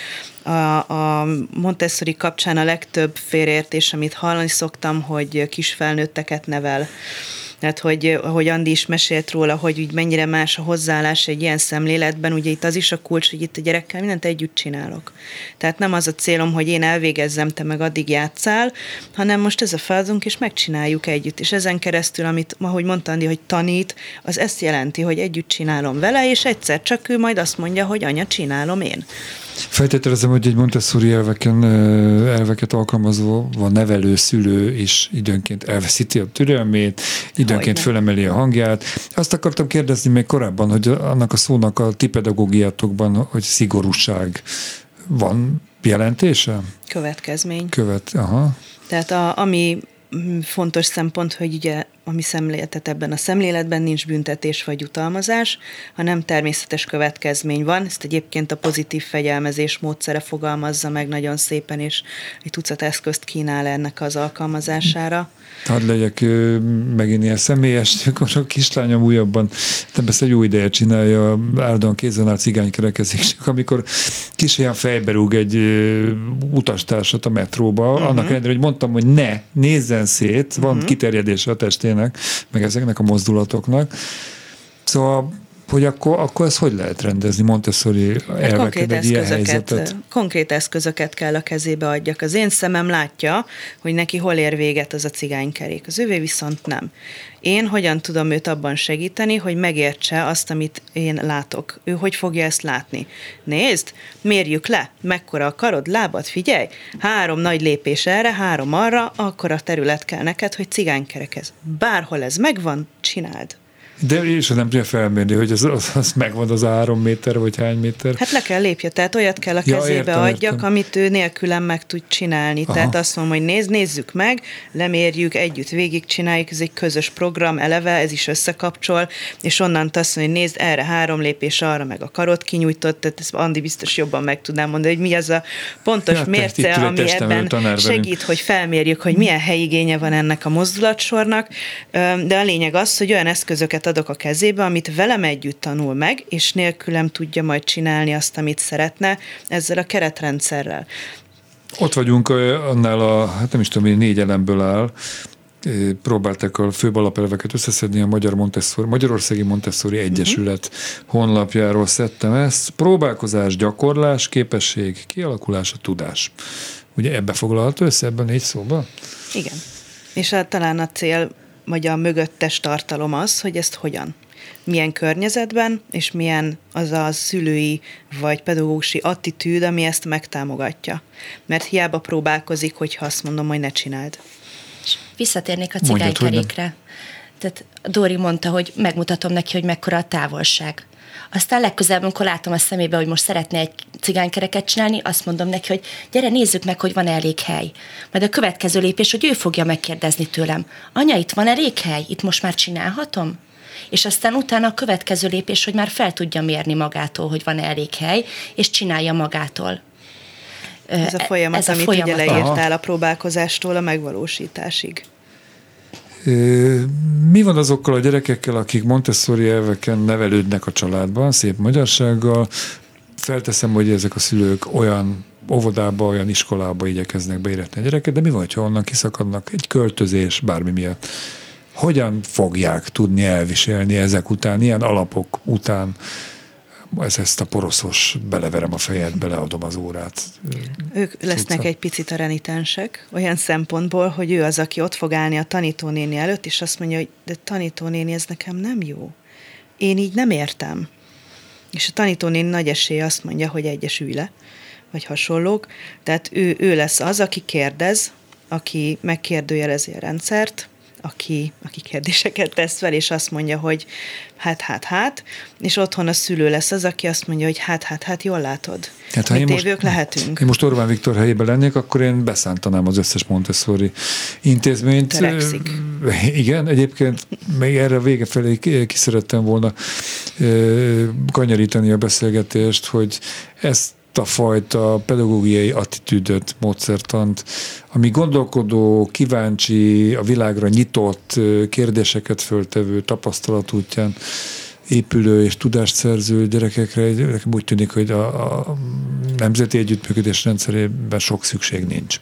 A Montessori kapcsán a legtöbb félreértés, amit hallani szoktam, hogy kisfelnőtteket nevel. Tehát, ahogy Andi is mesélt róla, hogy úgy mennyire más a hozzáállás egy ilyen szemléletben, ugye itt az is a kulcs, hogy itt a gyerekkel mindent együtt csinálok. Tehát nem az a célom, hogy én elvégezzem, te meg addig játszál, hanem most ez a feladatunk, és megcsináljuk együtt. És ezen keresztül, amit, ahogy mondta Andi, hogy tanít, az ezt jelenti, hogy együtt csinálom vele, és egyszer csak ő majd azt mondja, hogy anya, csinálom én. Feltételezem, hogy egy Montessori elveket alkalmazva van nevelő, szülő is időnként elveszíti a türelmét, időnként fölemeli a hangját. Azt akartam kérdezni még korábban, hogy annak a szónak a ti pedagógiátokban, hogy szigorúság van jelentése? Következmény. Aha. Tehát ami fontos szempont, hogy ugye ami szemléletet ebben a szemléletben nincs büntetés vagy jutalmazás, hanem természetes következmény van. Ezt egyébként a pozitív fegyelmezés módszere fogalmazza meg nagyon szépen, és egy tucat eszközt kínál ennek az alkalmazására. Hadd legyek megint ilyen személyes, akkor a kislányom újabban, nem ezt egy jó ideje csinálja, állandóan kézen áll cigánykerekezik, csak amikor kis ilyen fejbe rúg egy utastársat a metróba, annak ellenére, hogy mondtam, hogy ne, nézzen szét, van kiterjedése a testének, meg ezeknek a mozdulatoknak. Szóval, hogy akkor ezt hogy lehet rendezni? Montessori elveket, egy ilyen helyzetet? Konkrét eszközöket kell a kezébe adjak. Az én szemem látja, hogy neki hol ér véget az a cigánykerék. Az övé viszont nem. Én hogyan tudom őt abban segíteni, hogy megértse azt, amit én látok. Ő hogy fogja ezt látni? Nézd, mérjük le, mekkora a karod, lábad, figyelj, 3 nagy lépés erre, 3 arra, akkor a terület kell neked, hogy cigánykerekez. Bárhol ez megvan, csináld. De és nem tudja felmérni, hogy az megvan az 3 méter, vagy hány méter. Hát le kell lépje, tehát olyat kell a kezébe adjak, amit ő nélkülem meg tud csinálni. Aha. Tehát azt mondom, hogy nézzük meg, lemérjük, együtt végigcsináljuk, ez egy közös program, eleve, ez is összekapcsol, és onnan azt mondja, hogy nézd, erre 3 lépés, arra meg a karot kinyújtott, tehát ezt Andi biztos jobban meg tudnám mondani, hogy mi az a pontos mérce, ami ebben segít, hogy felmérjük, hogy milyen helyigénye van ennek a mozdulatsornak, de a lényeg az, hogy olyan eszközöket adok a kezébe, amit velem együtt tanul meg, és nélkülem tudja majd csinálni azt, amit szeretne ezzel a keretrendszerrel. Ott vagyunk annál hát nem is tudom, 4 elemből áll, próbálták a főbb alapelveket összeszedni, a Magyarországi Montessori Egyesület honlapjáról szedtem ezt. Próbálkozás, gyakorlás, képesség, kialakulás, a tudás. Ugye ebbe foglalható össze, ebben 4 szóban? Igen. És talán a cél, vagy a mögöttes tartalom az, hogy ezt hogyan, milyen környezetben, és milyen az a szülői vagy pedagógusi attitűd, ami ezt megtámogatja. Mert hiába próbálkozik, hogyha azt mondom, hogy ne csináld. Visszatérnék a cigánykerékre. Tehát Dóri mondta, hogy megmutatom neki, hogy mekkora a távolság. Aztán legközelebb, amikor látom a szemébe, hogy most szeretne egy cigánykereket csinálni, azt mondom neki, hogy gyere, nézzük meg, hogy van elég hely. Majd a következő lépés, hogy ő fogja megkérdezni tőlem. Anya, itt van elég hely? Itt most már csinálhatom? És aztán utána a következő lépés, hogy már fel tudja mérni magától, hogy van elég hely, és csinálja magától. Ez a folyamat, amit ugye leírtál a próbálkozástól a megvalósításig. Mi van azokkal a gyerekekkel, akik Montessori elveken nevelődnek a családban, szép magyarsággal? Felteszem, hogy ezek a szülők olyan óvodába, olyan iskolába igyekeznek beéretni a gyereket, de mi van, ha onnan kiszakadnak egy költözés, bármi miatt? Hogyan fogják tudni elviselni ezek után, ilyen alapok után ezt a poroszos, beleverem a fejed, beleadom az órát? Ők lesznek egy picit a renitensek, olyan szempontból, hogy ő az, aki ott fog állni a tanítónéni előtt, és azt mondja, hogy de tanítónéni, ez nekem nem jó. Én így nem értem. És a tanítónéni nagy esélye azt mondja, hogy egyes ülj le, vagy hasonlók. Tehát ő lesz az, aki kérdez, aki megkérdőjelezi a rendszert, aki kérdéseket tesz fel, és azt mondja, hogy hát, és otthon a szülő lesz az, aki azt mondja, hogy hát, jól látod. Hát, mi tévők lehetünk. Én most Orbán Viktor helyében lennék, akkor én beszántanám az összes Montessori intézményt. Törekszik. Igen, egyébként még erre a vége felé ki szerettem volna kanyarítani a beszélgetést, hogy ezt a fajta pedagógiai attitűdöt, módszertant, ami gondolkodó, kíváncsi, a világra nyitott, kérdéseket föltevő, tapasztalat útján épülő és tudást szerző gyerekekre, nekem úgy tűnik, hogy a nemzeti együttműködés rendszerében sok szükség nincs.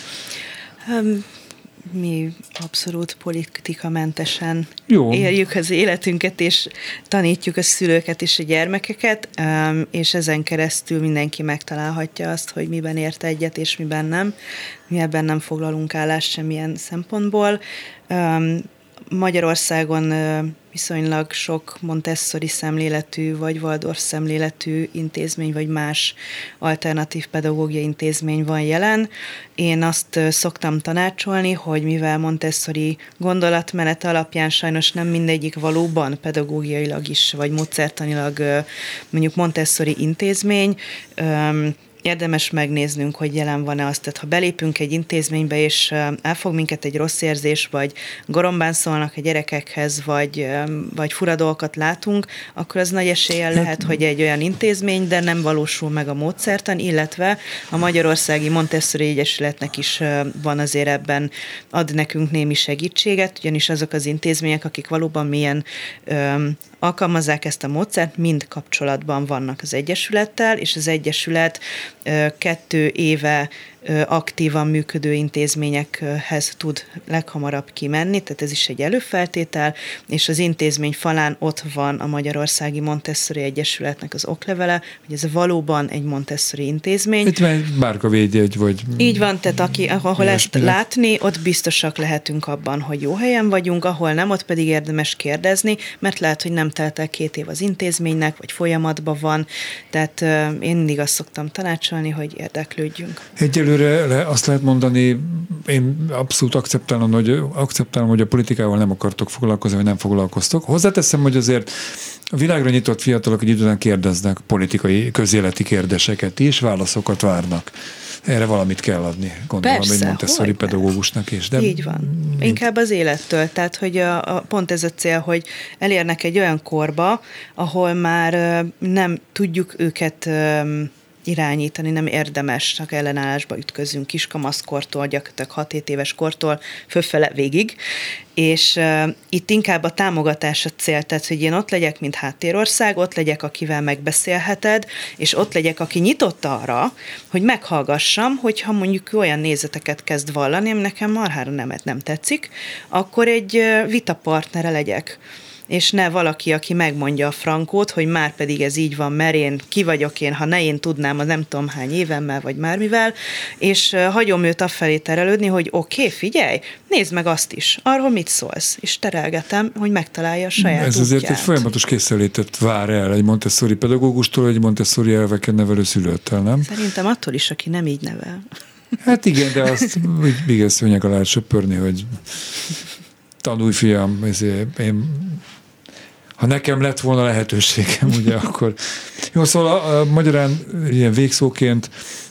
Mi abszolút politikamentesen éljük az életünket, és tanítjuk a szülőket és a gyermekeket, és ezen keresztül mindenki megtalálhatja azt, hogy miben ért egyet, és miben nem. Mi ebben nem foglalunk állást semmilyen szempontból. Magyarországon viszonylag sok Montessori szemléletű, vagy Waldorf szemléletű intézmény, vagy más alternatív pedagógiai intézmény van jelen. Én azt szoktam tanácsolni, hogy mivel Montessori gondolatmenet alapján sajnos nem mindegyik valóban pedagógiailag is, vagy módszertanilag mondjuk Montessori intézmény, érdemes megnéznünk, hogy jelen van-e azt, tehát ha belépünk egy intézménybe, és elfog minket egy rossz érzés, vagy gorombán szólnak a gyerekekhez, vagy fura dolgokat látunk, akkor az nagy eséllyel lehet, hogy egy olyan intézmény, de nem valósul meg a módszertan, illetve a Magyarországi Montessori Egyesületnek is van azért ebben, ad nekünk némi segítséget, ugyanis azok az intézmények, akik valóban milyen alkalmazzák ezt a módszert, mind kapcsolatban vannak az Egyesülettel, és az Egyesület 2 éve aktívan működő intézményekhez tud leghamarabb kimenni, tehát ez is egy előfeltétel, és az intézmény falán ott van a Magyarországi Montessori Egyesületnek az oklevele, hogy ez valóban egy Montessori intézmény. Itt van márkavédjegy, vagy... Így van, tehát ahol ezt látni, ott biztosak lehetünk abban, hogy jó helyen vagyunk, ahol nem, ott pedig érdemes kérdezni, mert lehet, hogy nem telt el 2 év az intézménynek, vagy folyamatban van, tehát én mindig azt szoktam tanácsolni, hogy érdeklődjünk. Egyelőre egyelőre azt lehet mondani, én abszolút akceptálom, hogy a politikával nem akartok foglalkozni, vagy nem foglalkoztok. Hozzáteszem, hogy azért a világra nyitott fiatalok egy időn kérdeznek politikai, közéleti kérdéseket is, válaszokat várnak. Erre valamit kell adni, gondolom, persze, egy Montessori pedagógusnak is. De így van. Inkább az élettől. Tehát, hogy pont ez a cél, hogy elérnek egy olyan korba, ahol már nem tudjuk őket irányítani, nem érdemes, csak ellenállásba ütközünk kiskamaszkortól, gyakorlatilag 6-7 éves kortól fölfele végig, és itt inkább a támogatás a cél, tehát, hogy én ott legyek, mint háttérország, ott legyek, akivel megbeszélheted, és ott legyek, aki nyitott arra, hogy meghallgassam, hogyha mondjuk olyan nézeteket kezd vallani, ami nekem marhára nem tetszik, akkor egy vitapartnere legyek. És ne valaki, aki megmondja a frankót, hogy már pedig ez így van, mert én ki vagyok én, ha ne én tudnám, az nem tudom hány évemmel, vagy mármivel, és hagyom őt afelé terelődni, hogy oké, figyelj, nézd meg azt is, arról mit szólsz, és terelgetem, hogy megtalálja a saját Ez útját. azért egy folyamatos készenlétet vár el egy Montessori pedagógustól, egy Montessori elveken nevelő szülőtől, nem? Szerintem attól is, aki nem így nevel. Hát igen, de azt igen szőnyeg alá söpörni, hogy tanulj, fiam, ha nekem lett volna lehetőségem, ugye, akkor... Jó, szóval magyarán ilyen végszóként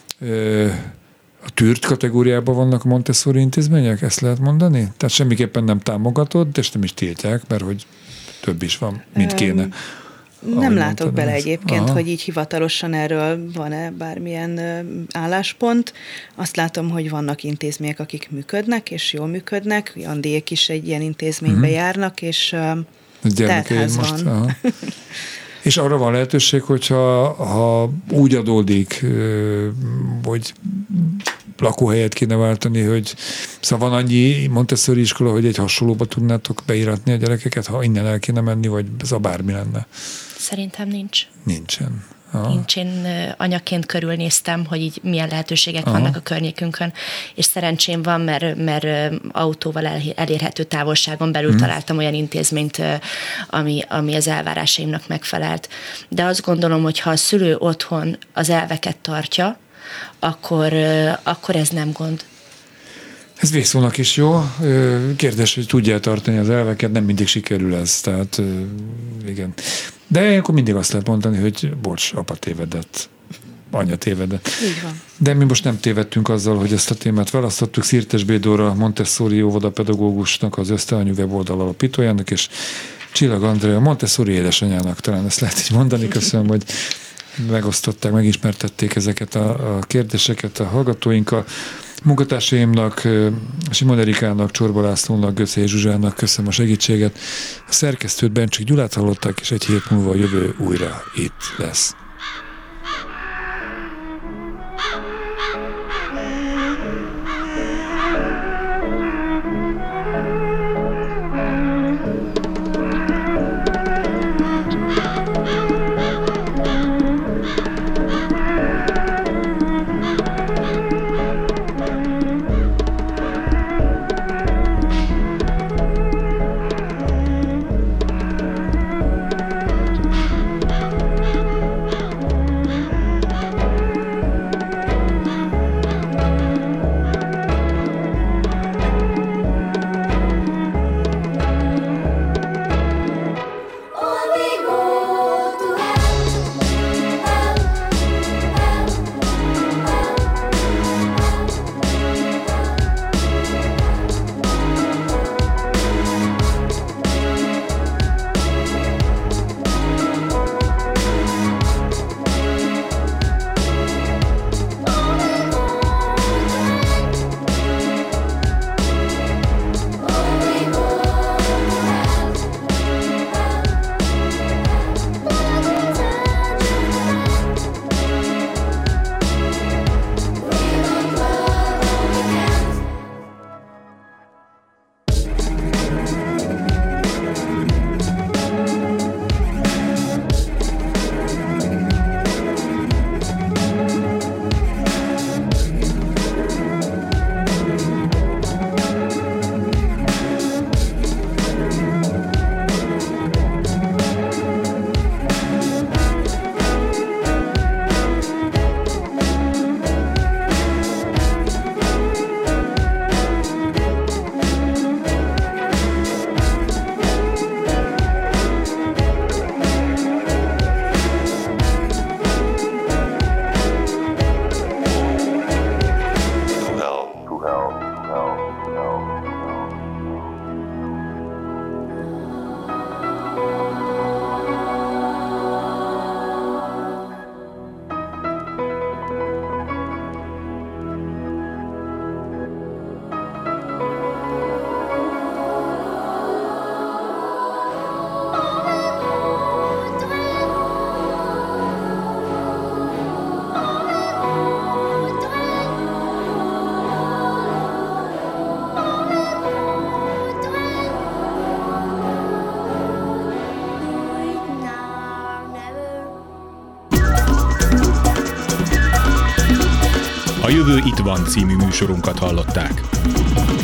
a tűrt kategóriában vannak a Montessori intézmények, ezt lehet mondani? Tehát semmiképpen nem támogatod, és nem is tiltják, mert hogy több is van, mint kéne. Nem látok bele ezt. egyébként, Aha. hogy így hivatalosan erről van-e bármilyen álláspont. Azt látom, hogy vannak intézmények, akik működnek, és jól működnek. Andék is egy ilyen intézménybe járnak, és teltház van. És arra van lehetőség, hogyha úgy adódik, hogy lakóhelyet kéne váltani, hogy szóval van annyi Montessori iskola, hogy egy hasonlóba tudnátok beíratni a gyerekeket, ha innen el kéne menni, vagy ez a bármi lenne? Szerintem nincs. Nincsen. Nincs. Én anyaként körülnéztem, hogy így milyen lehetőségek vannak a környékünkön, és szerencsém van, mert autóval elérhető távolságon belül találtam olyan intézményt, ami az elvárásaimnak megfelelt. De azt gondolom, hogy ha a szülő otthon az elveket tartja, akkor ez nem gond. Ez végszónak is jó. Kérdés, hogy tudja tartani az elveket, nem mindig sikerül ez. Tehát igen. De akkor mindig azt lehet mondani, hogy bocs, apa tévedett, anya tévedett. Így van. De mi most nem tévedtünk azzal, hogy ezt a témát választottuk. Szirtes B. Dóra, Montessori óvodapedagógusnak, az Öszteanyu weboldal alapítójának, és Csillag Andrea, Montessori édesanyának, talán ezt lehet így mondani. Köszönöm, hogy megosztották, megismertették ezeket a kérdéseket a hallgatóink. A munkatársaimnak, Simon Erikának, Csorba Lászlónak, Göcé Zsuzsának köszönöm a segítséget. A szerkesztőt, Bencsik Gyulát hallották, és egy hét múlva a jövő újra itt lesz. Jövő itt van című műsorunkat hallották.